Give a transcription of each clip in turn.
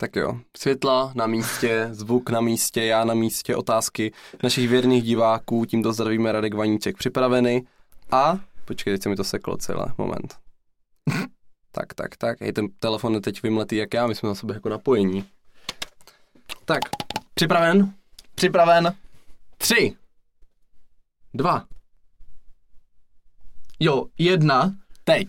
Tak jo, světla na místě, zvuk na místě, já na místě, otázky našich věrných diváků, tímto zdravíme Radek Vaníček připraveny a, počkej, teď se mi to seklo celé, moment. Tak, hej, ten telefon je teď vymletý jak já, my jsme na sobě jako napojení. Tak, připraven? Připraven. 3, 2. Jo, 1. Teď.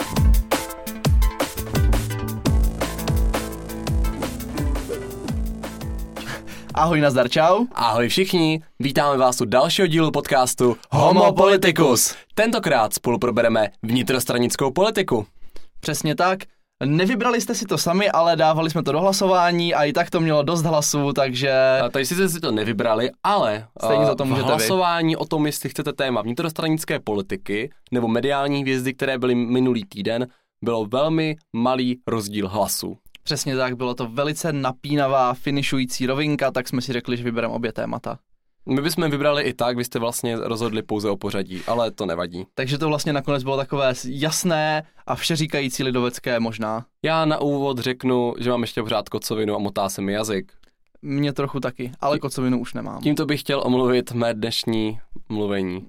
Ahoj, nazdar, čau. Ahoj všichni, vítáme vás u dalšího dílu podcastu Homo Politicus. Tentokrát spolu probereme vnitrostranickou politiku. Přesně tak. Nevybrali jste si to sami, ale dávali jsme to do hlasování a i tak to mělo dost hlasů, takže... Tady sice si to nevybrali, ale stejně za to v můžete hlasování o tom, jestli chcete téma vnitrostranické politiky nebo mediální hvězdy, které byly minulý týden, bylo velmi malý rozdíl hlasů. Přesně tak, bylo to velice napínavá, finišující rovinka, tak jsme si řekli, že vybereme obě témata. My bychom vybrali i tak, vy jste vlastně rozhodli pouze o pořadí, ale to nevadí. Takže to vlastně nakonec bylo takové jasné a všeříkající lidovecké možná. Já na úvod řeknu, že mám ještě pořád kocovinu a motá se mi jazyk. Mně trochu taky, ale kocovinu už nemám. Tímto bych chtěl omluvit mé dnešní mluvení.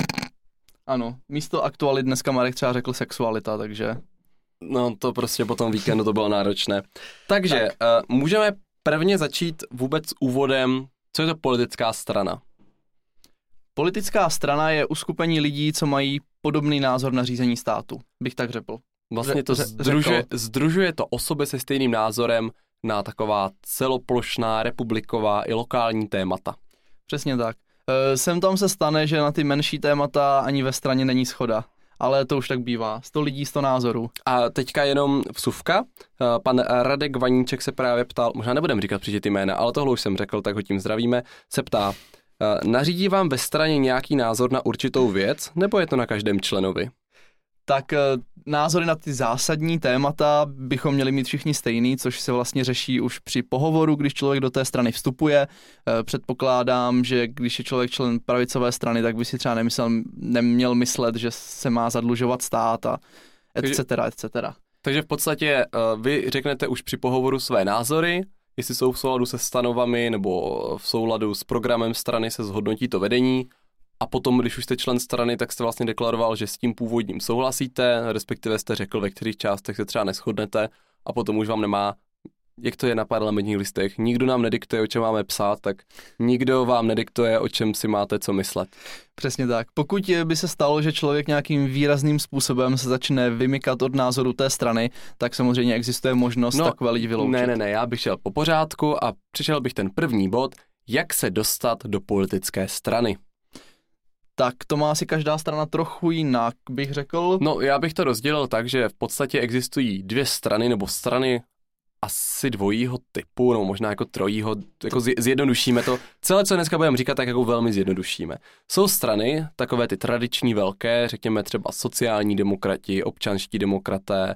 Ano, místo aktualit dneska Marek třeba řekl sexualita, takže... No to prostě po tom víkendu to bylo náročné. Takže můžeme prvně začít vůbec úvodem, co je to politická strana? Politická strana je uskupení lidí, co mají podobný názor na řízení státu, bych tak řekl. Vlastně to sdružuje to osoby se stejným názorem na taková celoplošná, republiková i lokální témata. Přesně tak. Sem tam se stane, že na ty menší témata ani ve straně není shoda. Ale to už tak bývá. 100 lidí, 100 názorů. A teďka jenom vsuvka. Pan Radek Vaníček se právě ptal, možná nebudem říkat příště ty jména, ale tohle už jsem řekl, tak ho tím zdravíme, se ptá, nařídí vám ve straně nějaký názor na určitou věc, nebo je to na každém členovi? Tak názory na ty zásadní témata bychom měli mít všichni stejný, což se vlastně řeší už při pohovoru, když člověk do té strany vstupuje. Předpokládám, že když je člověk člen pravicové strany, tak by si třeba neměl myslet, že se má zadlužovat stát a etc. Takže v podstatě vy řeknete už při pohovoru své názory, jestli jsou v souladu se stanovami nebo v souladu s programem strany, se zhodnotí to vedení. A potom, když už jste člen strany, tak jste vlastně deklaroval, že s tím původním souhlasíte, respektive jste řekl, ve kterých částech se třeba neshodnete a potom už vám nemá, jak to je na parlamentních listech, nikdo nám nediktuje, o čem máme psát, tak nikdo vám nediktuje, o čem si máte co myslet. Přesně tak. Pokud by se stalo, že člověk nějakým výrazným způsobem se začne vymykat od názoru té strany, tak samozřejmě existuje možnost takové lidi vyloučit. Ne, já bych šel po pořádku a přišel bych ten první bod, jak se dostat do politické strany. Tak to má asi každá strana trochu jinak, bych řekl. No, já bych to rozdělil tak, že v podstatě existují dvě strany, nebo strany asi dvojího typu, no možná jako trojího, jako zjednodušíme to. Celé, co dneska budeme říkat, tak jako velmi zjednodušíme. Jsou strany, takové ty tradiční velké, řekněme třeba sociální demokrati, občanští demokraté,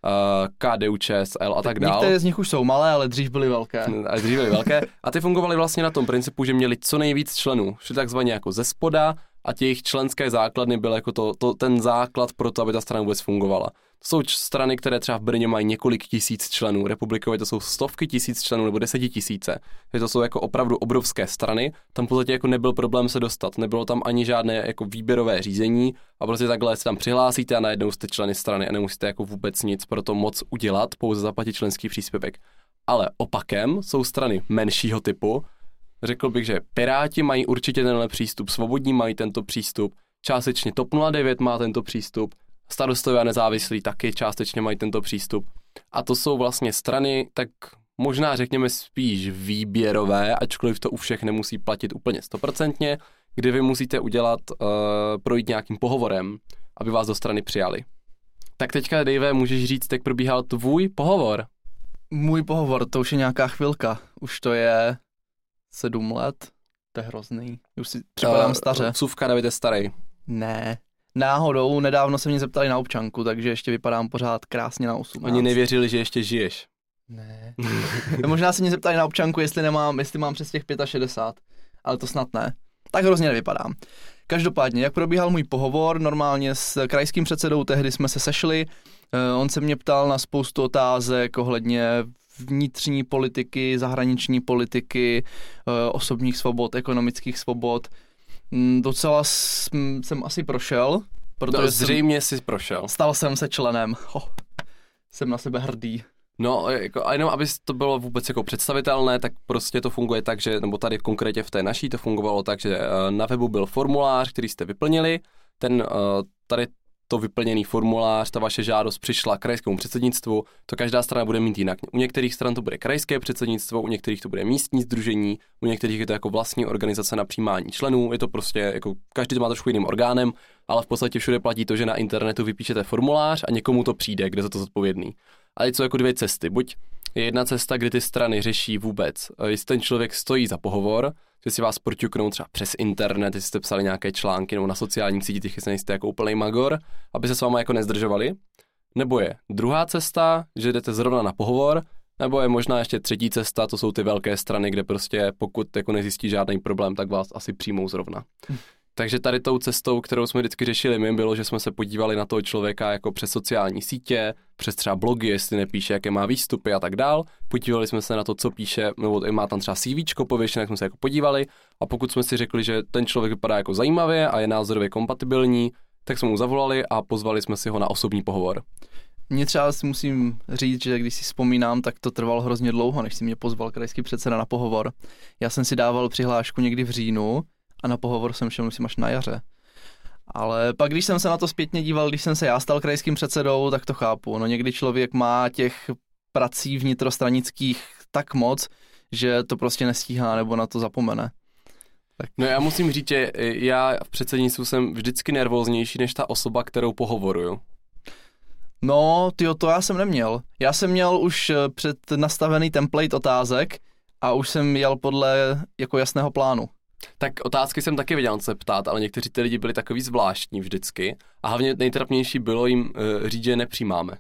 KDU-ČSL a tak dále. Některé z nich už jsou malé, ale dřív byly velké. A ty fungovaly vlastně na tom principu, že měli co nejvíc členů. Šli takzvaně jako ze spoda a těch členské základny byl jako ten základ pro to, aby ta strana vůbec fungovala. To jsou strany, které třeba v Brně mají několik tisíc členů, republikové to jsou stovky tisíc členů nebo 10 000. Takže to jsou jako opravdu obrovské strany. Tam v podstatě jako nebyl problém se dostat, nebylo tam ani žádné jako výběrové řízení a prostě takhle se tam přihlásíte a najednou jste členy strany a nemusíte jako vůbec nic pro to moc udělat, pouze zaplatit členský příspěvek. Ale opakem jsou strany menšího typu. Řekl bych, že Piráti mají určitě tenhle přístup, Svobodní mají tento přístup, částečně TOP 09 má tento přístup, Starostové a nezávislí taky částečně mají tento přístup. A to jsou vlastně strany, tak možná řekněme spíš výběrové, ačkoliv to u všech nemusí platit úplně 100%, kdy vy musíte projít nějakým pohovorem, aby vás do strany přijali. Tak teďka, Dave, můžeš říct, jak probíhal tvůj pohovor? Můj pohovor, to už je nějaká chvilka. Už to je 7 let. To je hrozný. Už si připadám staře. Vsuvka, David je starý. Ne. Náhodou, nedávno se mě zeptali na občanku, takže ještě vypadám pořád krásně na 18. Oni nevěřili, že ještě žiješ. Ne. Možná se mě zeptali na občanku, jestli mám přes těch 65, ale to snad ne. Tak hrozně nevypadám. Každopádně, jak probíhal můj pohovor, normálně s krajským předsedou, tehdy jsme se sešli, on se mě ptal na spoustu otázek ohledně vnitřní politiky, zahraniční politiky, osobních svobod, ekonomických svobod. Docela jsem asi prošel, protože zřejmě jsi prošel. Stal jsem se členem. Jsem na sebe hrdý. No, a jenom aby to bylo vůbec jako představitelné, tak prostě to funguje tak, že, nebo tady konkrétně v té naší to fungovalo tak, že na webu byl formulář, který jste vyplnili, tady to vyplněný formulář, ta vaše žádost přišla krajskému předsednictvu, to každá strana bude mít jinak. U některých stran to bude krajské předsednictvo, u některých to bude místní sdružení, u některých je to jako vlastní organizace na přijímání členů, je to prostě jako každý to má trošku jiným orgánem, ale v podstatě všude platí to, že na internetu vypíšete formulář a někomu to přijde, kde za to zodpovědný. Ale jsou jako dvě cesty. Buď je jedna cesta, kdy ty strany řeší vůbec, jestli ten člověk stojí za pohovor, že si vás proťuknou třeba přes internet, jestli jste psali nějaké články nebo na sociálních sítích, jestli nejste jako úplný magor, aby se s váma jako nezdržovali. Nebo je druhá cesta, že jdete zrovna na pohovor, nebo je možná ještě třetí cesta, to jsou ty velké strany, kde prostě pokud jako nezjistí žádný problém, tak vás asi přijmou zrovna. Takže tady tou cestou, kterou jsme vždycky řešili my, bylo, že jsme se podívali na toho člověka jako přes sociální sítě, přes třeba blogy, jestli nepíše, jaké má výstupy a tak dál. Podívali jsme se na to, co píše, nebo má tam třeba CVčko pověšené, jak jsme se jako podívali. A pokud jsme si řekli, že ten člověk vypadá jako zajímavě a je názorově kompatibilní, tak jsme mu zavolali a pozvali jsme si ho na osobní pohovor. Mně třeba si musím říct, že když si vzpomínám, tak to trvalo hrozně dlouho, než si mě pozval krajský předseda na pohovor. Já jsem si dával přihlášku někdy v říjnu, a na pohovor jsem šel, myslím, až na jaře. Ale pak, když jsem se na to zpětně díval, když jsem se já stal krajským předsedou, tak to chápu. No někdy člověk má těch prací vnitrostranických tak moc, že to prostě nestíhá nebo na to zapomene. Tak. No já musím říct, že já v předsednictvu jsem vždycky nervóznější než ta osoba, kterou pohovoruju. No, to já jsem neměl. Já jsem měl už před nastavený template otázek a už jsem jel podle jako jasného plánu. Tak otázky jsem taky věděl se ptát, ale někteří ty lidi byli takový zvláštní vždycky a hlavně nejtrapnější bylo jim říct, že nepřijímáme.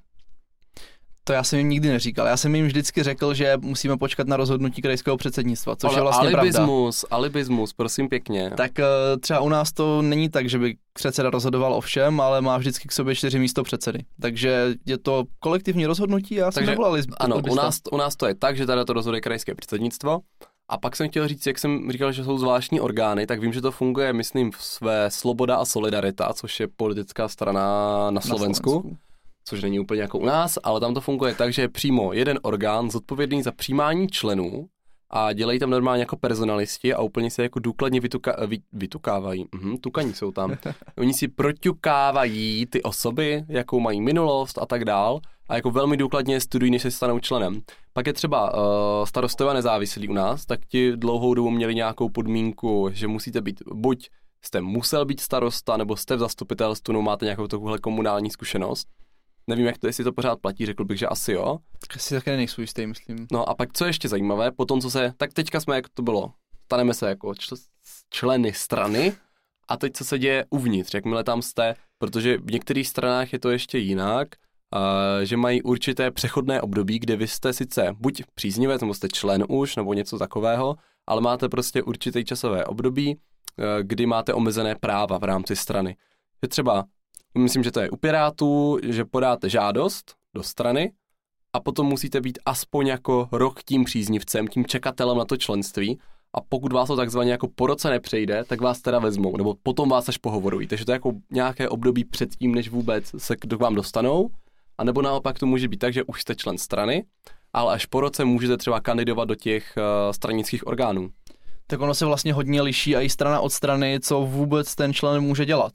To já jsem jim nikdy neříkal. Já jsem jim vždycky řekl, že musíme počkat na rozhodnutí krajského předsednictva, což ale je vlastně alibismus, prosím pěkně. Tak třeba u nás to není tak, že by předseda rozhodoval o všem, ale má vždycky k sobě 4 místopředsedy. Takže je to kolektivní rozhodnutí a já jsem nebyl ano, u nás to je tak, že tady to rozhoduje krajské předsednictvo. A pak jsem chtěl říct, jak jsem říkal, že jsou zvláštní orgány, tak vím, že to funguje, myslím, v své Sloboda a Solidarita, což je politická strana na Slovensku. Což není úplně jako u nás, ale tam to funguje tak, že je přímo jeden orgán zodpovědný za přijímání členů a dělají tam normálně jako personalisti a úplně se jako důkladně vytukávají. Tukaní jsou tam. Oni si proťukávají ty osoby, jakou mají minulost a tak dál a jako velmi důkladně studují, než se stanou členem. Pak je třeba starostové nezávislí u nás, tak ti dlouhou dobu měli nějakou podmínku, že musíte být, buď jste musel být starosta, nebo jste v zastupitelstvu, nebo máte nějakou takovouhle komunální zkušenost. Nevím, jestli to pořád platí, řekl bych, že asi jo. Asi také nejsou jistý, myslím. No a pak co je ještě zajímavé, potom tak teďka jsme, jak to bylo, staneme se jako členy strany a teď co se děje uvnitř, jakmile tam jste, protože v některých stranách je to ještě jinak, že mají určité přechodné období, kde vy jste sice buď příznivec, nebo jste člen už, nebo něco takového, ale máte prostě určité časové období, kdy máte omezené práva v rámci strany. Že třeba myslím, že to je u Pirátů, že podáte žádost do strany a potom musíte být aspoň jako rok tím příznivcem, tím čekatelem na to členství a pokud vás to takzvaně jako po roce nepřejde, tak vás teda vezmou, nebo potom vás až pohovorují. Takže to je jako nějaké období předtím, než vůbec se k vám dostanou, a nebo naopak to může být tak, že už jste člen strany, ale až po roce můžete třeba kandidovat do těch stranických orgánů. Tak ono se vlastně hodně liší a i strana od strany, co vůbec ten člen může dělat.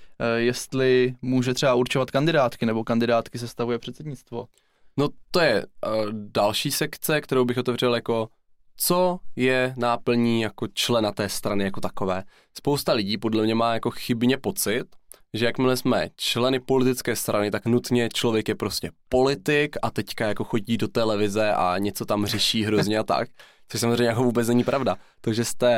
Jestli může třeba určovat kandidátky, nebo kandidátky sestavuje předsednictvo. No to je další sekce, kterou bych otevřel jako, co je náplní jako člena té strany jako takové. Spousta lidí podle mě má jako chybně pocit, že jakmile jsme členy politické strany, tak nutně člověk je prostě politik a teďka jako chodí do televize a něco tam řeší hrozně a tak. Což samozřejmě jako vůbec není pravda. To,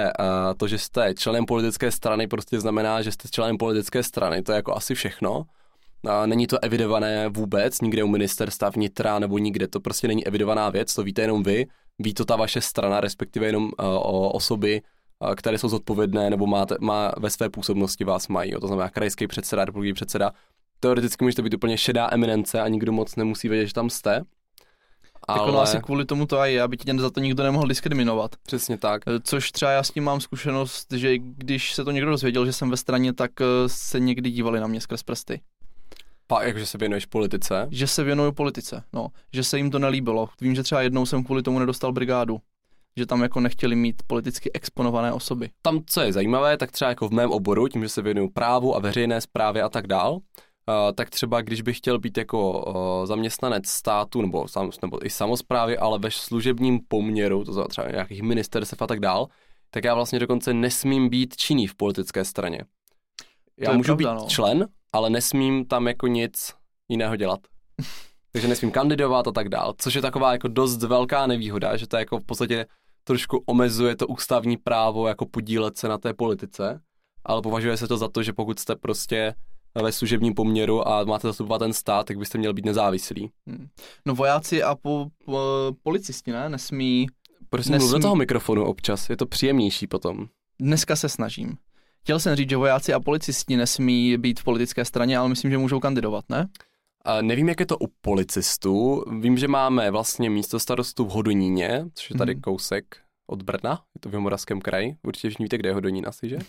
že jste členem politické strany, prostě znamená, že jste členem politické strany. To je jako asi všechno. Není to evidované vůbec, nikde u ministerstva vnitra nebo nikde. To prostě není evidovaná věc, to víte jenom vy. Ví to ta vaše strana, respektive jenom osoby, které jsou zodpovědné nebo má ve své působnosti vás mají. To znamená krajský předseda, republikový předseda. Teoreticky můžete být úplně šedá eminence a nikdo moc nemusí vědět, že tam jste. Tak ono asi kvůli tomu to aj je, aby tě za to nikdo nemohl diskriminovat. Přesně tak. Což třeba já s tím mám zkušenost, že když se to někdo dozvěděl, že jsem ve straně, tak se někdy dívali na mě skrz prsty. Jakože se věnuješ politice? Že se věnuju politice, no. Že se jim to nelíbilo. Vím, že třeba jednou jsem kvůli tomu nedostal brigádu. Že tam jako nechtěli mít politicky exponované osoby. Tam, co je zajímavé, tak třeba jako v mém oboru, tím, že se věnuju právu a veřejné správě a tak dál, tak třeba když bych chtěl být jako zaměstnanec státu nebo i samosprávy, ale ve služebním poměru, to znamená třeba nějakých ministerstev a tak dál, tak já vlastně dokonce nesmím být činný v politické straně. Já můžu být člen, ale nesmím tam jako nic jiného dělat. Takže nesmím kandidovat a tak dál, což je taková jako dost velká nevýhoda, že to jako v podstatě trošku omezuje to ústavní právo jako podílet se na té politice, ale považuje se to za to, že pokud jste prostě ve služebním poměru a máte zastupovat ten stát, tak byste měl být nezávislý. No vojáci a policisti, ne? Nesmí... Prosím, mluv do toho mikrofonu občas, je to příjemnější potom. Dneska se snažím. Chtěl jsem říct, že vojáci a policisti nesmí být v politické straně, ale myslím, že můžou kandidovat, ne? Nevím, jak je to u policistů. Vím, že máme vlastně místostarostu v Hodoníně, což je tady kousek od Brna, je to v Jihomoravském kraji. Určitě všichni víte, kde je Hodonín asi, že?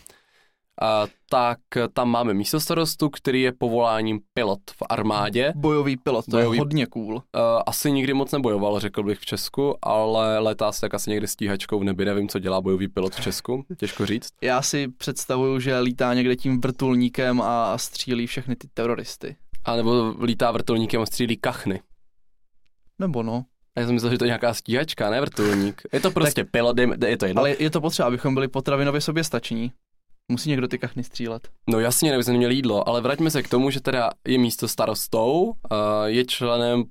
Tak tam máme místostarostu, který je povoláním pilot v armádě. Bojový pilot, to je hodně cool. Asi nikdy moc nebojoval, řekl bych v Česku, ale letá se tak asi někde stíhačkou v nebi, nevím, co dělá bojový pilot v Česku, těžko říct. Já si představuju, že lítá někde tím vrtulníkem a střílí všechny ty teroristy. A nebo lítá vrtulníkem a střílí kachny. Nebo no. Já jsem myslel, že to je nějaká stíhačka, ne vrtulník. Je to prostě pilot, je to jedno. Ale je to potřeba, abychom byli potravinově soběstační. Musí někdo ty kachny střílet. No jasně, nebo jsme neměli jídlo, ale vraťme se k tomu, že teda je místo starostou, je členem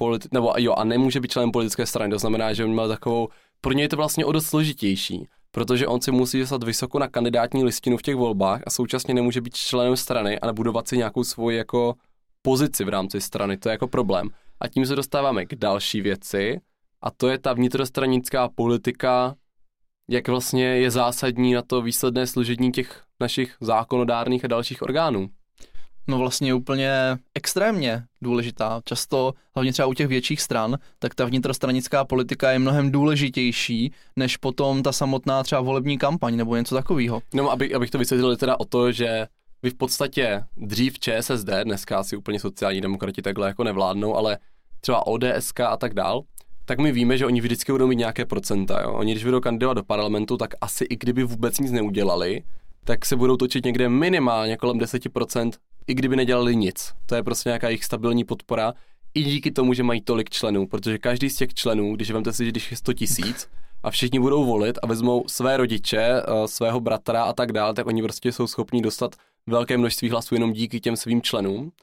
a nemůže být členem politické strany, to znamená, že on měl takovou, pro něj je to vlastně o dost složitější, protože on si musí dostat vysoko na kandidátní listinu v těch volbách a současně nemůže být členem strany a budovat si nějakou svoji jako pozici v rámci strany, to je jako problém. A tím se dostáváme k další věci a to je ta vnitrostranická politika, jak vlastně je zásadní na to výsledné složení těch našich zákonodárných a dalších orgánů. No vlastně úplně extrémně důležitá. Často, hlavně třeba u těch větších stran, tak ta vnitrostranická politika je mnohem důležitější, než potom ta samotná třeba volební kampaň nebo něco takového. No, abych to vysvětlil teda o to, že vy v podstatě dřív ČSSD, dneska asi úplně sociální demokrati takhle jako nevládnou, ale třeba ODSK a tak dál, tak my víme, že oni vždycky budou mít nějaké procenta. Jo? Oni, když budou kandidovat do parlamentu, tak asi i kdyby vůbec nic neudělali, tak se budou točit někde minimálně kolem 10%, i kdyby nedělali nic. To je prostě nějaká jejich stabilní podpora, i díky tomu, že mají tolik členů, protože každý z těch členů, když vemte si, že když je 100 000 a všichni budou volit a vezmou své rodiče, svého bratra a tak dále, tak oni prostě jsou schopní dostat velké množství hlasů jenom díky těm svým členům.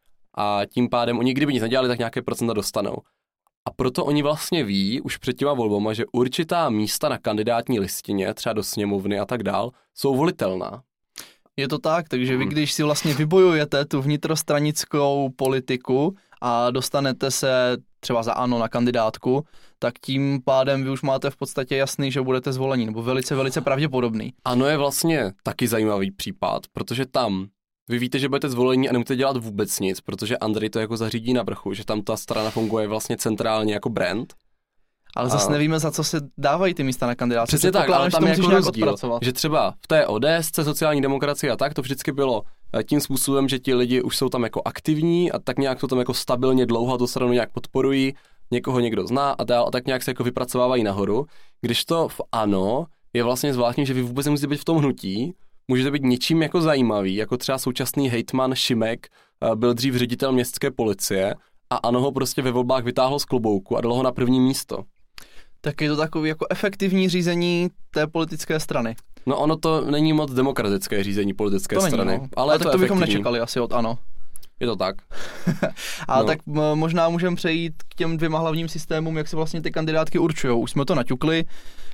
A tím pádem oni, kdyby nic nedělali, tak nějaké procenta dostanou. A proto oni vlastně ví už před těma volbama, že určitá místa na kandidátní listině, třeba do sněmovny a tak dál, jsou volitelná. Je to tak, takže vy když si vlastně vybojujete tu vnitrostranickou politiku a dostanete se třeba za ANO na kandidátku, tak tím pádem vy už máte v podstatě jasný, že budete zvolení, nebo velice, velice pravděpodobný. ANO je vlastně taky zajímavý případ, protože tam vy víte, že budete zvolení a nemusíte dělat vůbec nic, protože Andrej to jako zařídí na vrchu, že tam ta strana funguje vlastně centrálně jako brand. Ale zase nevíme, za co se dávají ty místa na kandidátce. Přesně tak, ale tam je jako rozdíl, že třeba v té ODSce, sociální demokracie a tak, to vždycky bylo tím způsobem, že ti lidi už jsou tam jako aktivní a tak nějak to tam jako stabilně dlouho tu stranu nějak podporují, někoho někdo zná a dál a tak nějak se jako vypracovávají nahoru, když to v ANO je vlastně zvláštní, že vy vůbec nemusíte být v tom hnutí, můžete být něčím jako zajímavý, jako třeba současný hejtman Šimek byl dřív ředitel městské policie a ANO ho prostě ve volbách vytáhlo z klobouku a dalo ho na první místo. Tak je to takový jako efektivní řízení té politické strany. No ono to není moc demokratické řízení politické strany. Není, no. Ale tak to bychom nečekali asi od ANO. Je to tak. A tak možná můžeme přejít k těm dvěma hlavním systémům, jak se vlastně ty kandidátky určujou. Už jsme to naťukli,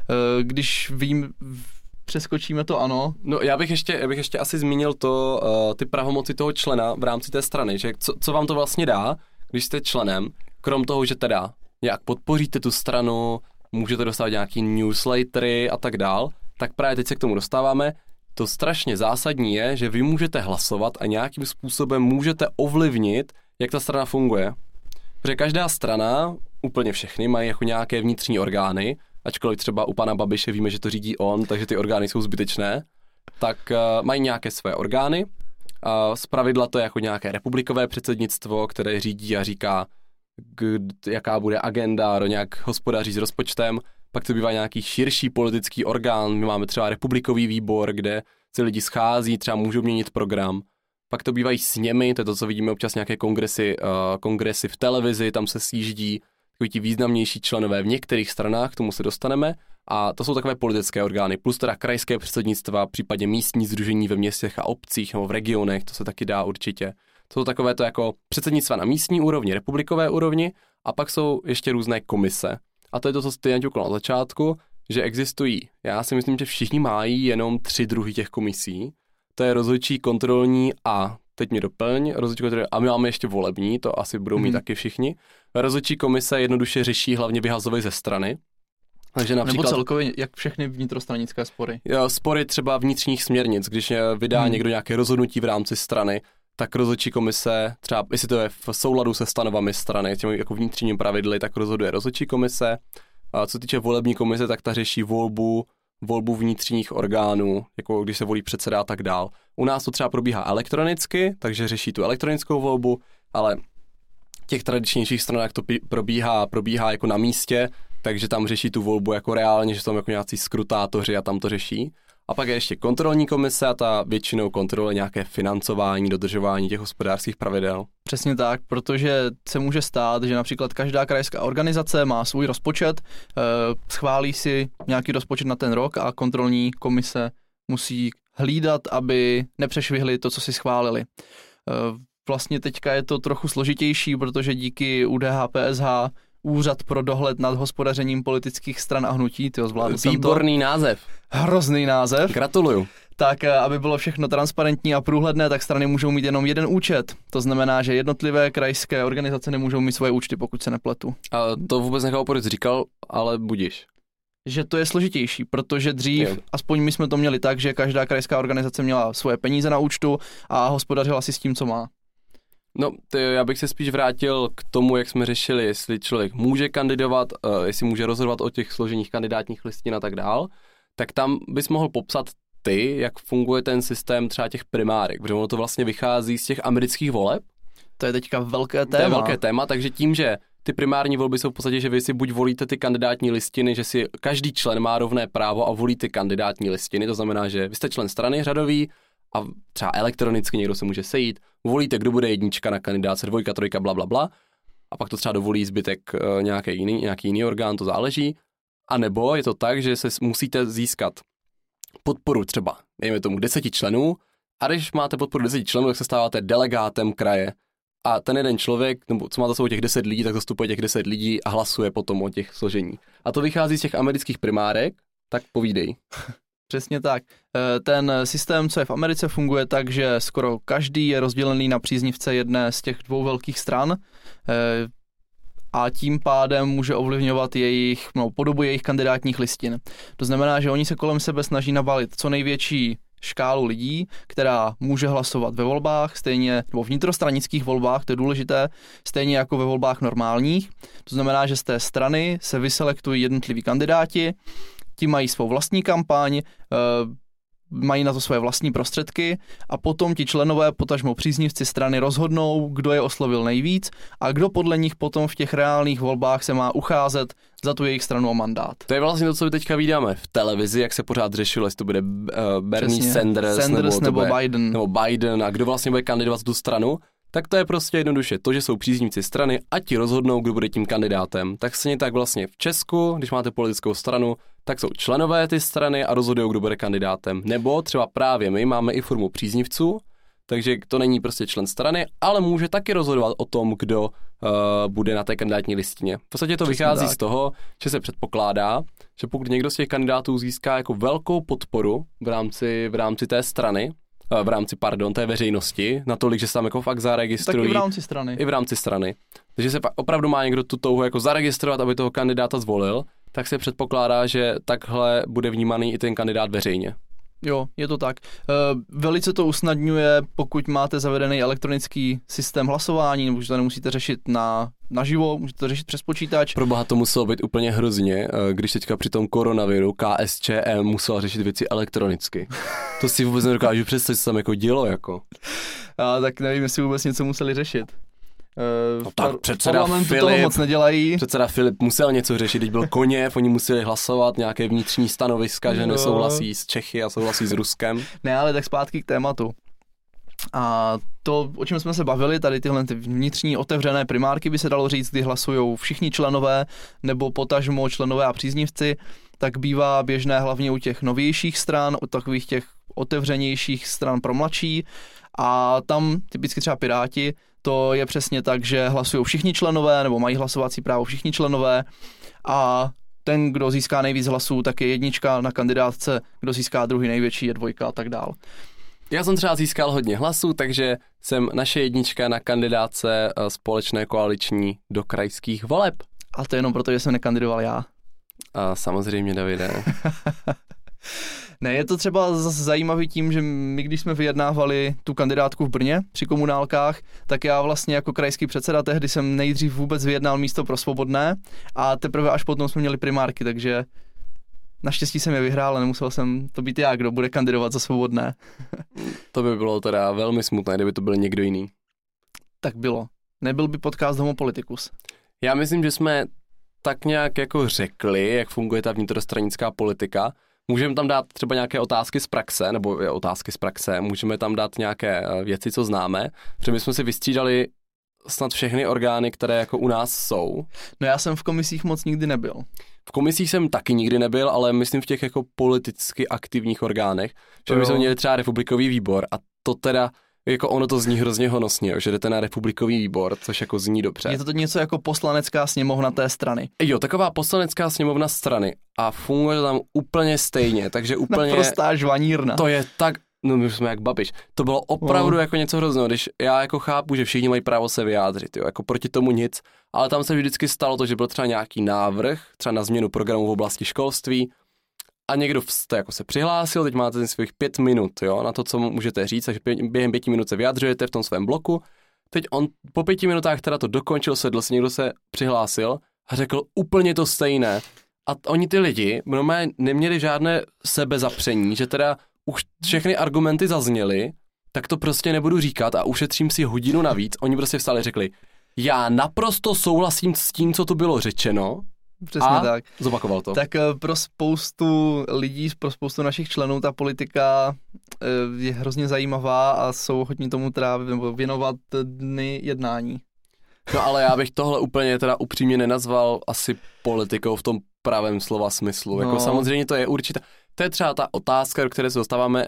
když přeskočíme to ANO. No já bych ještě asi zmínil ty pravomoci toho člena v rámci té strany, že co vám to vlastně dá, když jste členem, krom toho, že teda nějak podpoříte tu stranu, můžete dostat nějaký newslettery a tak dál, tak právě teď se k tomu dostáváme. To strašně zásadní je, že vy můžete hlasovat a nějakým způsobem můžete ovlivnit, jak ta strana funguje. Protože každá strana úplně všechny mají jako nějaké vnitřní orgány, ačkoliv třeba u pana Babiše víme, že to řídí on, takže ty orgány jsou zbytečné, tak mají nějaké své orgány. Zpravidla to je jako nějaké republikové předsednictvo, které řídí a říká, jaká bude agenda, nějak hospodaří s rozpočtem. Pak to bývá nějaký širší politický orgán, my máme třeba republikový výbor, kde se lidi schází, třeba můžou měnit program. Pak to bývají sněmy, to je to, co vidíme občas nějaké kongresy v televizi, tam se sjíždí takový ti významnější členové v některých stranách, k tomu se dostaneme. A to jsou takové politické orgány, plus teda krajské předsednictva, případně místní sdružení ve městech a obcích nebo v regionech, to se taky dá určitě. To jsou takové to jako předsednictva na místní úrovni, republikové úrovni, a pak jsou ještě různé komise. A to je to, co jste naťukl na začátku, že existují. Já si myslím, že všichni mají jenom 3 druhy těch komisí. To je rozhodčí, kontrolní a teď mě doplň, rozhodčí, kontrolní, a my máme ještě volební, to asi budou mít taky všichni. Rozhodčí komise jednoduše řeší hlavně vyhazovy ze strany. Takže například, nebo celkově, jak všechny vnitrostranické spory. Spory třeba vnitřních směrnic, když vydá někdo nějaké rozhodnutí v rámci strany, tak rozhodčí komise, třeba jestli to je v souladu se stanovami strany, těmi jako vnitřními pravidly, tak rozhoduje rozhodčí komise. A co se týče volební komise, tak ta řeší volbu vnitřních orgánů, jako když se volí předseda a tak dál. U nás to třeba probíhá elektronicky, takže řeší tu elektronickou volbu, ale v těch tradičnějších stranách to probíhá jako na místě, takže tam řeší tu volbu jako reálně, že jsou tam jako nějací skrutátoři a tam to řeší. A pak je ještě kontrolní komise a ta většinou kontroluje nějaké financování, dodržování těch hospodářských pravidel. Přesně tak, protože se může stát, že například každá krajská organizace má svůj rozpočet, schválí si nějaký rozpočet na ten rok a kontrolní komise musí hlídat, aby nepřešvihli to, co si schválili. Vlastně teďka je to trochu složitější, protože díky UDH-PSH Úřad pro dohled nad hospodařením politických stran a hnutí, zvládl jsem to. Výborný název. Hrozný název. Gratuluju. Tak, aby bylo všechno transparentní a průhledné, tak strany můžou mít jenom jeden účet. To znamená, že jednotlivé krajské organizace nemůžou mít svoje účty, pokud se nepletu. A to vůbec nechápu, proč říkal, ale budiš. Že to je složitější, protože dřív, aspoň my jsme to měli tak, že každá krajská organizace měla svoje peníze na účtu a hospodařila si s tím, co má. No, já bych se spíš vrátil k tomu, jak jsme řešili, jestli člověk může kandidovat, jestli může rozhodovat o těch složeních kandidátních listin a tak dál, tak tam bys mohl popsat jak funguje ten systém třeba těch primárek, protože ono to vlastně vychází z těch amerických voleb. To je teďka velké téma. To je velké téma, takže tím, že ty primární volby jsou v podstatě, že vy si buď volíte ty kandidátní listiny, že si každý člen má rovné právo a volí ty kandidátní listiny, to znamená, že vy jste člen strany řadový a třeba elektronicky někdo se může sejít, volíte, kdo bude jednička na kandidáce, 2, 3, blablabla, a pak to třeba dovolí zbytek nějaký jiný orgán, to záleží. A nebo je to tak, že se musíte získat podporu třeba, dejme tomu 10 členů, a když máte podporu 10 členů, tak se stáváte delegátem kraje. A ten jeden člověk, nebo co má za sebou těch 10 lidí, tak zastupuje těch 10 lidí a hlasuje potom o těch složení. A to vychází z těch amerických primárek, tak povídej. Přesně tak. Ten systém, co je v Americe, funguje tak, že skoro každý je rozdělený na příznivce jedné z těch 2 velkých stran a tím pádem může ovlivňovat podobu jejich kandidátních listin. To znamená, že oni se kolem sebe snaží nabalit co největší škálu lidí, která může hlasovat ve volbách, stejně nebo vnitrostranických volbách, to je důležité, stejně jako ve volbách normálních. To znamená, že z té strany se vyselektují jednotliví kandidáti, ti mají svou vlastní kampaň, mají na to své vlastní prostředky a potom ti členové, potažmo příznivci strany rozhodnou, kdo je oslovil nejvíc a kdo podle nich potom v těch reálných volbách se má ucházet za tu jejich stranu o mandát. To je vlastně to, co my teďka vídáme v televizi, jak se pořád řešilo, jestli to bude Bernie Sanders nebo Biden. Nebo Biden a kdo vlastně bude kandidovat tu stranu. Tak to je prostě jednoduše to, že jsou příznivci strany a ti rozhodnou, kdo bude tím kandidátem. Tak stejně tak vlastně v Česku, když máte politickou stranu, tak jsou členové ty strany a rozhodují, kdo bude kandidátem. Nebo třeba právě my máme i formu příznivců, takže to není prostě člen strany, ale může taky rozhodovat o tom, kdo bude na té kandidátní listině. V podstatě to vychází z toho, že se předpokládá, že pokud někdo z těch kandidátů získá jako velkou podporu v rámci té strany, té veřejnosti, natolik, že se tam jako fakt zaregistrují. Tak i v rámci strany. I v rámci strany. Takže se opravdu má někdo tu touhu jako zaregistrovat, aby toho kandidáta zvolil, tak se předpokládá, že takhle bude vnímaný i ten kandidát veřejně. Jo, je to tak. Velice to usnadňuje, pokud máte zavedený elektronický systém hlasování, nebo že to nemusíte řešit naživo, můžete to řešit přes počítač. Proboha, to muselo být úplně hrozně, když teďka při tom koronaviru KSČM musela řešit věci elektronicky. To si vůbec nedokážu představit, co tam jako dělo, jako. Tak nevím, jestli vůbec něco museli řešit. No tak předseda Filip toho moc nedělají. Předseda Filip musel něco řešit, teď byl Koněv, oni museli hlasovat nějaké vnitřní stanoviska, že nesouhlasí s Čechy a souhlasí s Ruskem. Ne, ale tak zpátky k tématu. A to, o čem jsme se bavili, tady tyhle vnitřní otevřené primárky, by se dalo říct, kdy hlasují všichni členové nebo potažmo členové a příznivci, tak bývá běžné hlavně u těch novějších stran, u takových těch otevřenějších stran pro mladší. A tam typicky třeba Piráti, to je přesně tak, že hlasují všichni členové, nebo mají hlasovací právo všichni členové a ten, kdo získá nejvíc hlasů, tak je jednička na kandidátce, kdo získá druhý největší, je dvojka a tak dál. Já jsem třeba získal hodně hlasů, takže jsem naše jednička na kandidátce společné koaliční do krajských voleb. A to jenom proto, že jsem nekandidoval já. A samozřejmě, Davide. Ne, je to třeba zajímavý tím, že my, když jsme vyjednávali tu kandidátku v Brně při komunálkách, tak já vlastně jako krajský předseda tehdy jsem nejdřív vůbec vyjednal místo pro Svobodné a teprve až potom jsme měli primárky, takže naštěstí jsem je vyhrál, ale nemusel jsem to být já, kdo bude kandidovat za Svobodné. To by bylo teda velmi smutné, kdyby to byl někdo jiný. Tak bylo. Nebyl by podcast Homo Politicus. Já myslím, že jsme tak nějak jako řekli, jak funguje ta vnitrostranická politika. Můžeme tam dát třeba nějaké otázky z praxe, nebo otázky z praxe, můžeme tam dát nějaké věci, co známe, protože my jsme si vystřídali snad všechny orgány, které jako u nás jsou. No já jsem v komisích moc nikdy nebyl. V komisích jsem taky nikdy nebyl, ale myslím v těch jako politicky aktivních orgánech, že my jsme měli třeba republikový výbor a to teda jako ono to zní hrozně honosně, že jdete na republikový výbor, což jako zní dobře. Je to něco jako poslanecká sněmovna té strany. Jo, taková poslanecká sněmovna strany a funguje to tam úplně stejně, takže úplně... Naprostá žvanírna. To je tak, no my jsme jak Babiš, to bylo opravdu jako něco hrozného, když já jako chápu, že všichni mají právo se vyjádřit, jo, jako proti tomu nic, ale tam se vždycky stalo to, že byl třeba nějaký návrh, třeba na změnu programu v oblasti školství, a někdo jste jako se přihlásil, teď máte svých 5 minut, jo, na to, co můžete říct, takže během 5 minut se vyjadřujete v tom svém bloku. Teď on po 5 minutách teda to dokončil, sedl si, někdo se přihlásil a řekl úplně to stejné. A oni ty lidi normálně neměli žádné sebezapření, že teda už všechny argumenty zazněly, tak to prostě nebudu říkat a ušetřím si hodinu navíc. Oni prostě vstali, řekli, já naprosto souhlasím s tím, co tu bylo řečeno. Přesně a tak. Zopakoval to. Tak pro spoustu lidí, pro spoustu našich členů ta politika je hrozně zajímavá a jsou hodně tomu trávit nebo věnovat dny jednání. No ale já bych tohle úplně teda upřímně nenazval asi politikou v tom pravém slova smyslu. No. Jako samozřejmě to je určitě. To je třeba ta otázka, do které se dostáváme,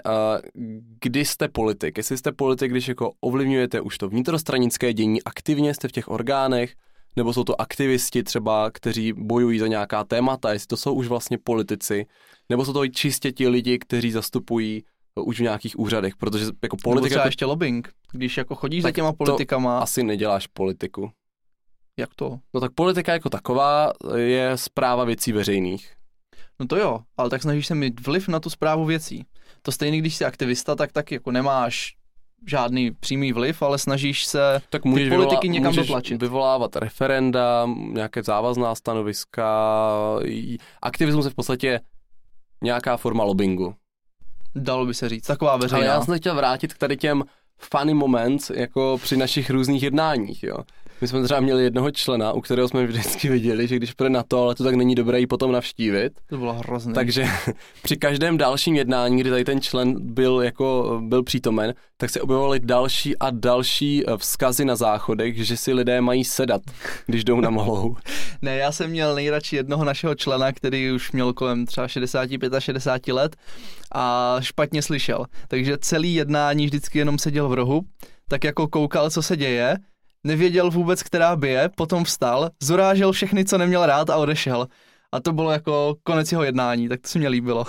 kdy jste politik. Jestli jste politik, když jako ovlivňujete už to vnitrostranické dění, aktivně jste v těch orgánech, nebo jsou to aktivisti třeba, kteří bojují za nějaká témata, jestli to jsou už vlastně politici, nebo jsou to čistě ti lidi, kteří zastupují už v nějakých úřadech, protože jako politika... Nebo třeba ještě lobbying, když jako chodíš za těma politikama... asi neděláš politiku. Jak to? No tak politika jako taková je správa věcí veřejných. No to jo, ale tak snažíš se mít vliv na tu správu věcí. To stejně, když jsi aktivista, tak jako nemáš žádný přímý vliv, ale snažíš se tak ty politiky někam dotlačit. Vyvolávat referenda, nějaké závazná stanoviska, aktivismus je v podstatě nějaká forma lobbingu. Dalo by se říct, taková veřejná. Ale já jsem chtěl vrátit k tady těm funny moments, jako při našich různých jednáních, jo. My jsme třeba měli jednoho člena, u kterého jsme vždycky viděli, že když půjde na to, ale to tak není dobré ji potom navštívit. To bylo hrozné. Takže při každém dalším jednání, kdy tady ten člen byl přítomen, tak se objevovaly další a další vzkazy na záchodech, že si lidé mají sedat, když jdou na malou. Ne, já jsem měl nejradši jednoho našeho člena, který už měl kolem třeba 65-60 let a špatně slyšel. Takže celý jednání vždycky jenom seděl v rohu, tak jako koukal, co se děje, nevěděl vůbec, která bije, potom vstal, zurážel všechny, co neměl rád a odešel. A to bylo jako konec jeho jednání, tak to se mě líbilo.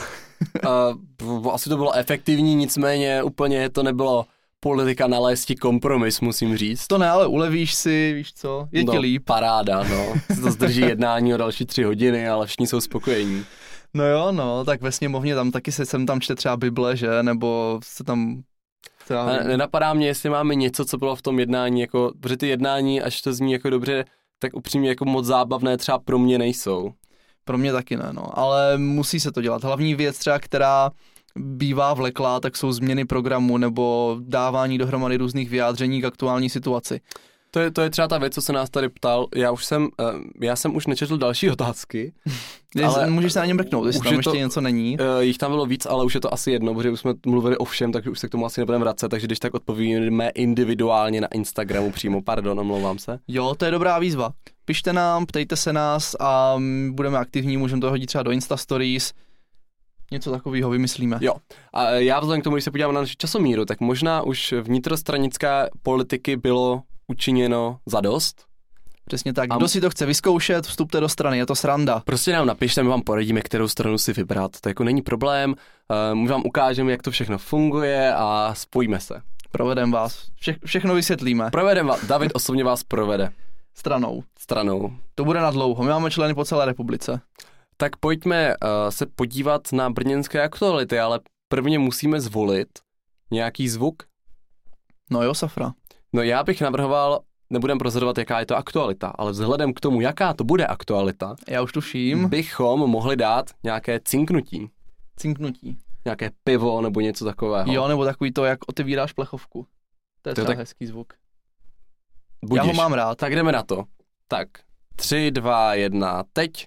Asi to bylo efektivní, nicméně úplně to nebylo politika nalézt kompromis, musím říct. To ne, ale ulevíš si, víš co, je ti líp. Paráda, no. Se to zdrží jednání o další 3 hodiny, ale všichni jsou spokojení. No jo, no, tak ve sněmovně tam taky sem tam čte třeba Bible, že, nebo se tam... Nenapadá mě, jestli máme něco, co bylo v tom jednání, jako, protože ty jednání, až to zní jako dobře, tak upřímně jako moc zábavné třeba pro mě nejsou. Pro mě taky ne, no, ale musí se to dělat. Hlavní věc třeba, která bývá vleklá, tak jsou změny programu nebo dávání dohromady různých vyjádření k aktuální situaci. To je třeba ta věc, co se nás tady ptal. Já jsem už nečetl další otázky. Ale můžeš se na ně mrknout, jestli tam ještě něco není. Jich tam bylo víc, ale už je to asi jedno, protože už jsme mluvili o všem, takže už se k tomu asi nebudeme vracet, takže když tak odpovíme individuálně na Instagramu přímo, pardon, omlouvám se. Jo, to je dobrá výzva. Pište nám, ptejte se nás a budeme aktivní, můžeme to hodit třeba do Insta Stories. Něco takového vymyslíme. Jo. A já vzhledem k tomu, když se podíváme na naši časomíru, tak možná už vnitrostranická politiky bylo učiněno zadost. Přesně tak. Kdo si to chce vyzkoušet, vstupte do strany, je to sranda. Prostě nám napište, my vám poradíme, kterou stranu si vybrat. To jako není problém, my vám ukážeme, jak to všechno funguje a spojíme se. Provedem vás. Všechno vysvětlíme. Provedem vás. David osobně vás provede. Stranou. To bude na dlouho. My máme členy po celé republice. Tak pojďme se podívat na brněnské aktuality, ale prvně musíme zvolit nějaký zvuk. No jo, Safra. No já bych navrhoval, nebudem prozradovat, jaká je to aktualita, ale vzhledem k tomu, jaká to bude aktualita, já už tuším, bychom mohli dát nějaké cinknutí. Nějaké pivo nebo něco takového. Jo, nebo takový to, jak otevíráš plechovku. To je třeba hezký zvuk. Budiš. Já ho mám rád. Tak jdeme na to. Tak, 3, 2, 1, teď.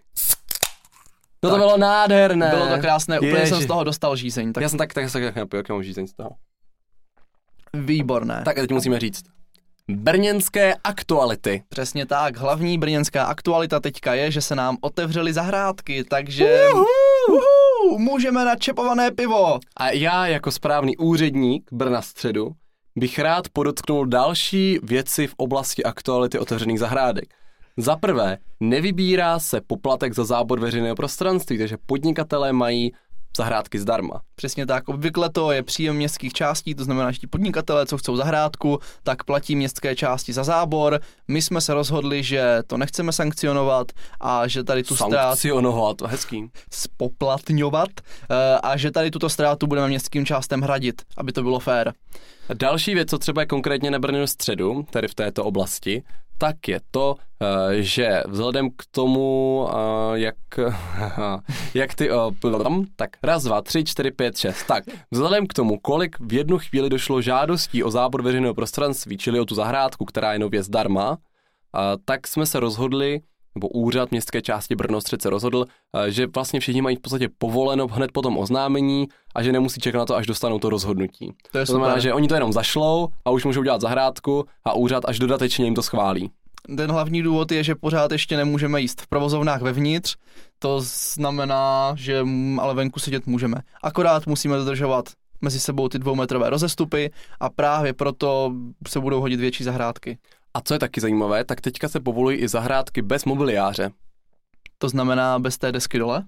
No to bylo nádherné. Bylo to krásné, úplně jsem z toho dostal žízeň. Tak... Já jsem tak napil, jak mám žízeň z toho. Výborné. Tak a teď musíme říct. Brněnské aktuality. Přesně tak, hlavní brněnská aktualita teďka je, že se nám otevřely zahrádky, takže můžeme na čepované pivo. A já jako správný úředník Brna středu bych rád podotknul další věci v oblasti aktuality otevřených zahrádek. Za prvé, nevybírá se poplatek za zábor veřejného prostranství, takže podnikatelé mají zahrádky zdarma. Přesně tak, obvykle to je příjem městských částí, to znamená, že ti podnikatelé, co chcou zahrádku, tak platí městské části za zábor. My jsme se rozhodli, že to nechceme sankcionovat a že tady tu Sankcionovat, hezký. Spoplatňovat a že tady tuto ztrátu budeme městským částem hradit, aby to bylo fér. Další věc, co třeba je konkrétně na Brně středu, tedy v této oblasti, tak je to, že vzhledem k tomu, jak ty, tak 1, 2, 3, 4, 5, 6, tak vzhledem k tomu, kolik v jednu chvíli došlo žádostí o zábor veřejného prostranství, čili o tu zahrádku, která je nově zdarma, tak jsme se rozhodli, nebo úřad městské části Brno střed se rozhodl, že vlastně všichni mají v podstatě povoleno hned po tom oznámení a že nemusí čekat na to, až dostanou to rozhodnutí. To znamená, že oni to jenom zašlou a už můžou dělat zahrádku a úřad až dodatečně jim to schválí. Ten hlavní důvod je, že pořád ještě nemůžeme jíst v provozovnách vevnitř, to znamená, že ale venku sedět můžeme. Akorát musíme dodržovat mezi sebou ty 2metrové rozestupy a právě proto se budou hodit větší zahrádky. A co je taky zajímavé, tak teďka se povolují i zahrádky bez mobiliáře. To znamená bez té desky dole?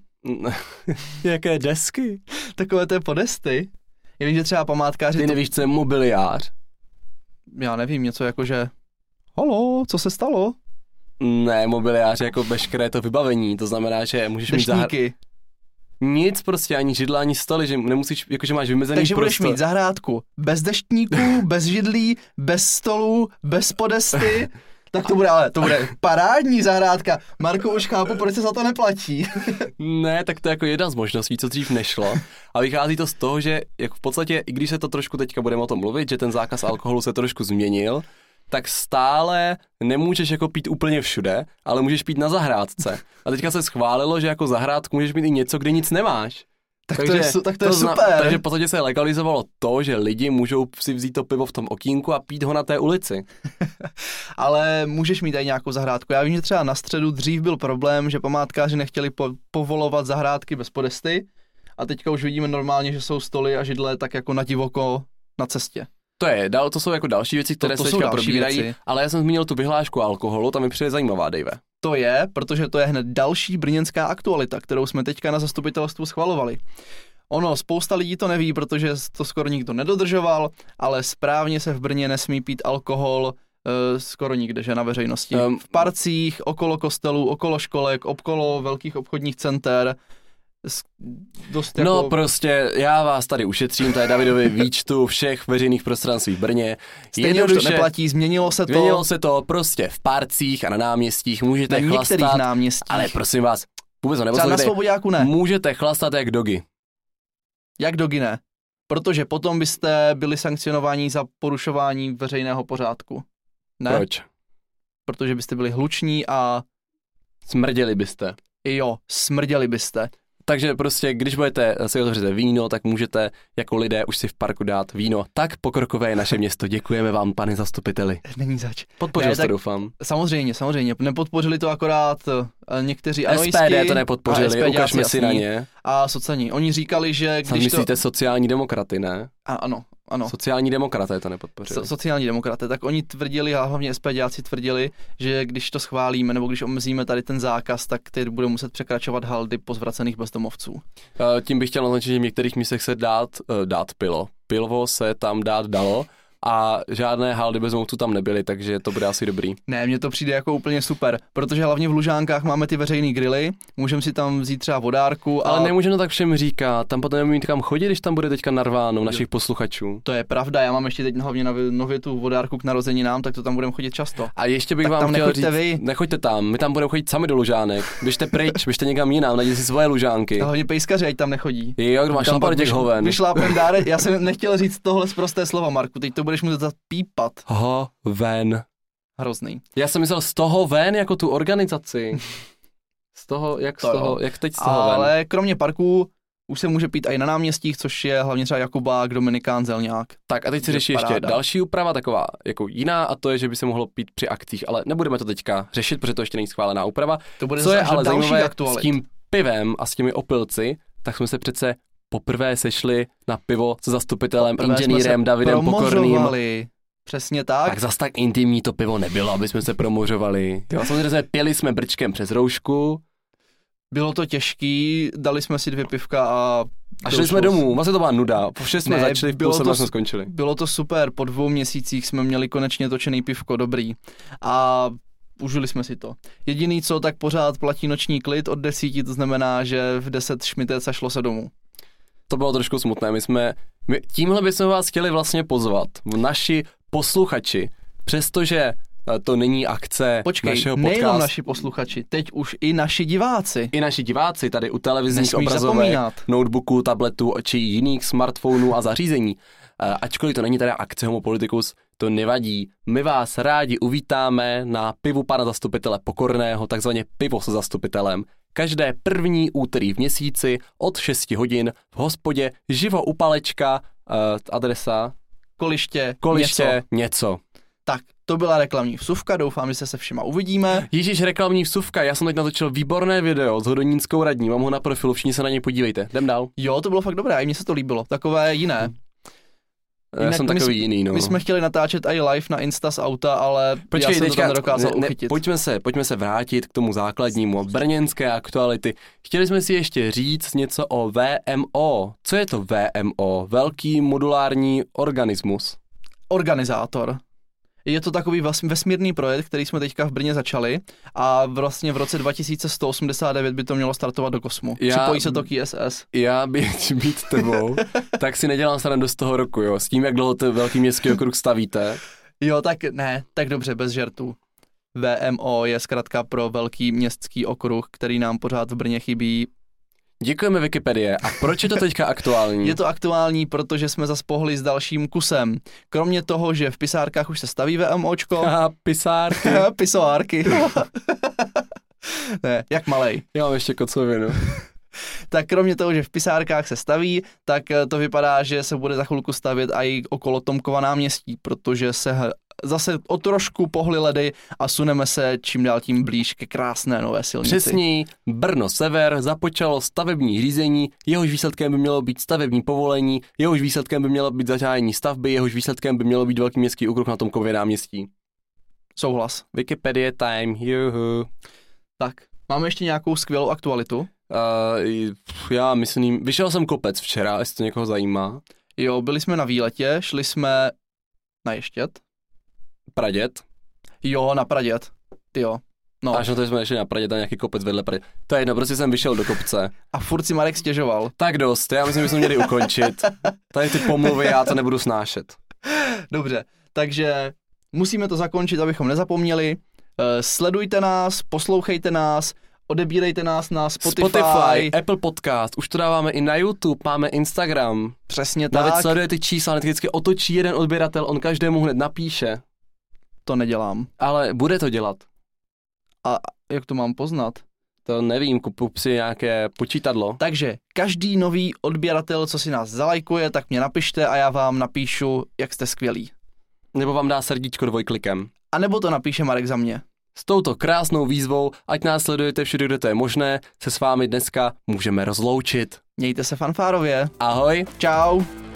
Jaké desky? Takové té podesty. Já vím, že třeba památkáři... Ty nevíš, co je mobiliář? Já nevím, něco jako, že... Halo, co se stalo? Ne, mobiliář jako veškeré to vybavení, to znamená, že můžeš mít Nic prostě, ani židla, ani stoly, že nemusíš, jakože máš vymezený takže prostor. budeš mít zahrádku bez deštníků, bez židlí, bez stolů, bez podesty. Tak to bude parádní zahrádka. Marko, už chápu, proč se za to neplatí. Ne, tak to je jako jedna z možností, co dřív nešlo. A vychází to z toho, že jako v podstatě, i když se to trošku teďka budeme o tom mluvit, že ten zákaz alkoholu se trošku změnil, tak stále nemůžeš jako pít úplně všude, ale můžeš pít na zahrádce. A teďka se schválilo, že jako zahrádku můžeš mít i něco, kde nic nemáš. Tak to je super. Takže v podstatě se legalizovalo to, že lidi můžou si vzít to pivo v tom okýnku a pít ho na té ulici. Ale můžeš mít i nějakou zahrádku. Já vím, že třeba na středu dřív byl problém, že památkáři nechtěli povolovat zahrádky bez podesty a teďka už vidíme normálně, že jsou stoly a židle tak jako na divoko na cestě. To jsou jako další věci, které se teďka probírají, ale já jsem zmínil tu vyhlášku alkoholu, tam mi přijde zajímavá, Dave. To je, protože to je hned další brněnská aktualita, kterou jsme teďka na zastupitelstvu schvalovali. Ono, spousta lidí to neví, protože to skoro nikdo nedodržoval, ale správně se v Brně nesmí pít alkohol skoro nikde, že na veřejnosti. V parcích, okolo kostelů, okolo školek, okolo velkých obchodních center. dost No jako... prostě, já vás tady ušetřím, to je Davidovi výčtu všech veřejných prostranství v Brně. Stejně už to neplatí, změnilo se to. Změnilo se to prostě v parcích a na náměstích, můžete na chlastat. některých náměstích. Ale prosím vás, vůbec to třeba na Svoboďáku ne. Můžete chlastat jak dogy. Jak dogy ne? Protože potom byste byli sankcionováni za porušování veřejného pořádku. Ne? Proč? Protože byste byli hluční a... Smrděli byste. Jo, smrděli byste. Takže prostě, když budete si otevřete víno, tak můžete jako lidé už si v parku dát víno. Tak pokrokové je naše město. Děkujeme vám, pane zastupiteli. Není zač. Podpořil jste, doufám. Samozřejmě. Nepodpořili to akorát někteří anojistí. SPD to nepodpořili, ukažme si na ně. A socani. Oni říkali, že když myslíte sociální demokraty, ne? Ano. Sociální demokraté to nepodpořili. Sociální demokraté, tak oni tvrdili, a hlavně SPDáci tvrdili, že když to schválíme, nebo když omezíme tady ten zákaz, tak ty bude muset překračovat haldy pozvracených bezdomovců. Tím bych chtěl naznačit, že v některých místech se dát pilo. Pivo se tam dalo a žádné haldy bezdomovců tam nebyly, takže to bude asi dobrý. Ne, mně to přijde jako úplně super, protože hlavně v Lužánkách máme ty veřejný grily, můžeme si tam vzít třeba vodárku. Ale nemůžeme to tak všem říkat, tam potom nemůžeme mít kam chodit, když tam bude teďka narváno našich posluchačů. To je pravda, já mám ještě teď hlavně nově tu vodárku k narozeninám, tak to tam budeme chodit často. A ještě bych tak vám chtěl říct, vy. Nechoďte tam, my tam budeme chodit sami do Lužánek, běžte pryč, běžte někam jinam, najděte si svoje Lužánky. A hlavně pejskaři, ať tam nechodí. Jo, kdo máš šlapat těch hoven. Vyšlápem dárek, já jsem nechtěl říct tohle sprosté slova, Marku, teď to budeš muset zapípat. Hoven. Hrozný. Já jsem myslel z toho ven, jako tu organizaci. Z toho, jak teď z toho ven. Ale kromě parků už se může pít i na náměstích, což je hlavně třeba Jakubák, Dominikán, Zelňák. Tak a teď se řeší ještě další úprava, taková jako jiná, a to je, že by se mohlo pít při akcích, ale nebudeme to teďka řešit, protože to ještě není schválená úprava. To bude co je ale zajímavé aktualit. S tím pivem a s těmi opilci, tak jsme se přece poprvé sešli na pivo se zastupitelem, inženýrem Davidem Pokorným. Přesně tak. Tak zas tak intimní to pivo nebylo, aby jsme se promořovali. Jo, samozřejmě pěli jsme brčkem přes roušku. Bylo to těžký, dali jsme si 2 pivka a šli jsme domů, vlastně to byla nuda. Po 6 jsme začali, v půl 7 jsme skončili. Bylo to super, po 2 měsících jsme měli konečně točený pivko, dobrý. A užili jsme si to. Jediný co, tak pořád platí noční klid od 10, to znamená, že v 10 šmitec a šlo se domů. To bylo trošku smutné, tímhle bychom vás chtěli vlastně pozvat, naši posluchači, přestože to není akce našeho podcastu. Nejenom naši posluchači, teď už i naši diváci. I naši diváci tady u televizních obrazovek, notebooků, tabletů či jiných smartphonů a zařízení. Ačkoliv to není teda akce Homo Politicus, to nevadí. My vás rádi uvítáme na pivu pana zastupitele Pokorného, takzvaně pivo se zastupitelem. Každé první úterý v měsíci od 6 hodin v hospodě Živo u Palečka, adresa Koliště něco. Tak, to byla reklamní vsuvka, doufám, že se všema uvidíme. Ježíš, reklamní vsuvka, já jsem teď natočil výborné video s Hodonínskou radní, mám ho na profilu, všichni se na něj podívejte, jdem dál. Jo, to bylo fakt dobré, i mně se to líbilo, takové jiné. Já jsem takový jiný, no. My jsme chtěli natáčet i live na Insta z auta, ale já jsem to tam nedokázal uchytit. Pojďme se vrátit k tomu základnímu, brněnské aktuality. Chtěli jsme si ještě říct něco o VMO. Co je to VMO? Velký modulární organismus. Organizátor. Je to takový vesmírný projekt, který jsme teďka v Brně začali a vlastně v roce 2189 by to mělo startovat do kosmu. Připojí se to k ISS. Já bych být tebou, tak si nedělám srandu z toho roku, jo. S tím, jak dlouho ten velký městský okruh stavíte. Jo, tak dobře, bez žertů. VMO je zkrátka pro velký městský okruh, který nám pořád v Brně chybí. Děkujeme Wikipedie. A proč je to teďka aktuální? Je to aktuální, protože jsme zas pohli s dalším kusem. Kromě toho, že v pisárkách už se staví VMOčko. Pisárky. Pisoárky. Ne, jak malej. Já mám ještě kocovinu. Tak kromě toho, že v pisárkách se staví, tak to vypadá, že se bude za chvilku stavět i okolo Tomkova náměstí, protože se zase o trošku pohly ledy a suneme se čím dál tím blíž ke krásné nové silnici. Přesněji, Brno Sever započalo stavební řízení, jehož výsledkem by mělo být stavební povolení, jehož výsledkem by mělo být zahájení stavby, jehož výsledkem by mělo být velký městský okruh na Tomkově náměstí. Souhlas. Wikipedie time, juhu. Tak, máme ještě nějakou skvělou aktualitu? Já myslím, vyšel jsem kopec včera, jestli to někoho zajímá. Jo, byli jsme na výletě, šli jsme na Ještěd. Praděd. Jo, na Praděd. Jo. No. Až na to jsme šli na Pradě, tam nějaký kopec vedle Pradě. To je jedno, prostě jsem vyšel do kopce. A furt si Marek stěžoval. Tak dost, já myslím, že jsme měli ukončit. Tady ty pomluvy, já to nebudu snášet. Dobře, takže musíme to zakončit, abychom nezapomněli. Sledujte nás, poslouchejte nás, odebírejte nás na Spotify, Apple Podcast, už to dáváme i na YouTube, máme Instagram. Přesně David tak. sleduje ty čísla, hned vždycky otočí jeden odběratel, on každému hned napíše. To nedělám. Ale bude to dělat. A jak to mám poznat? To nevím, kupu si nějaké počítadlo. Takže každý nový odběratel, co si nás zalajkuje, tak mě napište a já vám napíšu, jak jste skvělí. Nebo vám dá srdíčko dvojklikem. A nebo to napíše Marek za mě. S touto krásnou výzvou, ať nás sledujete všude, kde to je možné, se s vámi dneska můžeme rozloučit. Mějte se fanfárově. Ahoj. Čau.